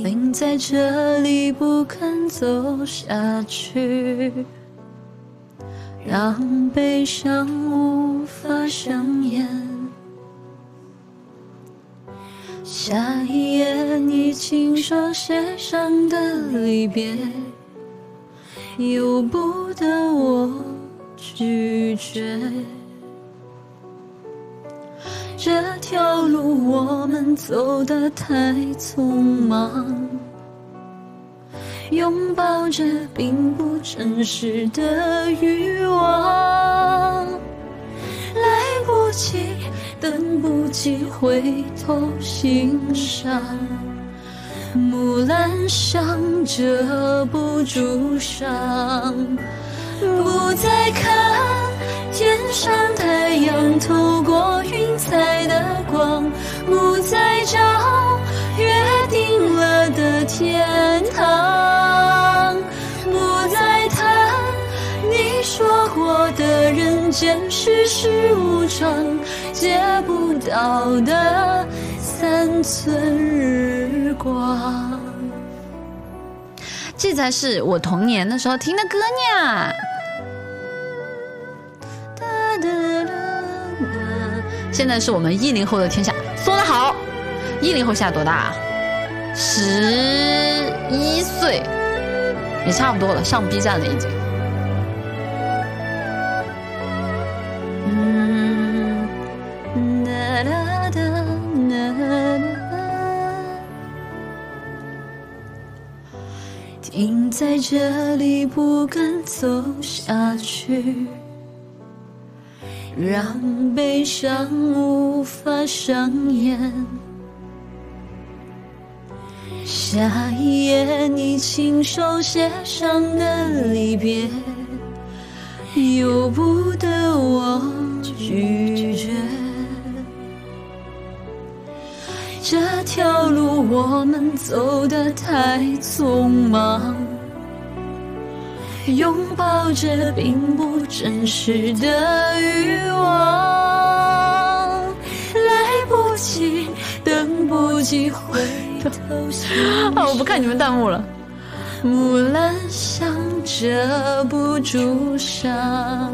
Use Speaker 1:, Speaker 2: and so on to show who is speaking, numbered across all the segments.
Speaker 1: 停在这里不肯走下去，让悲伤无法上演。下一页你亲手写上的离别，由不得我拒绝。这条路我们走得太匆忙，拥抱着并不真实的欲望，来不及，等不及回头欣赏，木兰香遮不住伤，不再看天上太阳透过云彩的光，不再找约定了的天堂，不再谈你说过的人间世事无常，借不到的3寸日光。这才是我童年的时候听的歌呀。现在是我们10后的天下，说得好。10后现在多大啊？11岁，也差不多了，上 B 站了已经。停在这里不敢走下去，让悲伤无法上演。下一页你亲手写上的离别，由不得我拒绝。这条路我们走得太匆忙，拥抱着并不真实的欲望，来不及，等不及回头啊！我不看你们弹幕了。木兰香遮不住伤，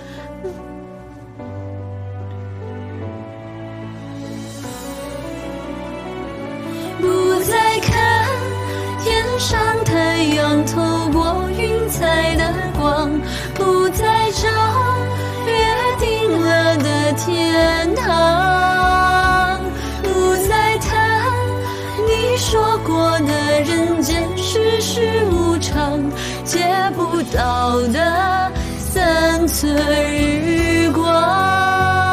Speaker 1: 不再看天上太阳透过云彩的光，不再找约定了的天堂，不再谈你说过的人间世事无常，借不到的3寸日光。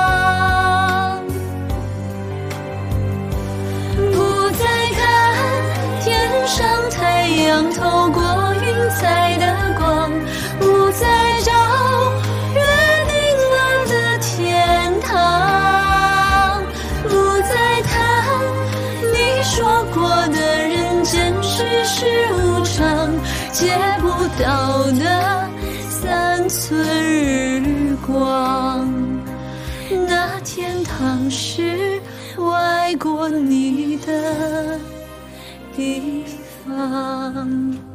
Speaker 1: 上太阳透过云彩的光，不再找约定了的天堂，不再谈你说过的人间世事无常，借不到的3寸日光。那天堂是我爱过你的地方。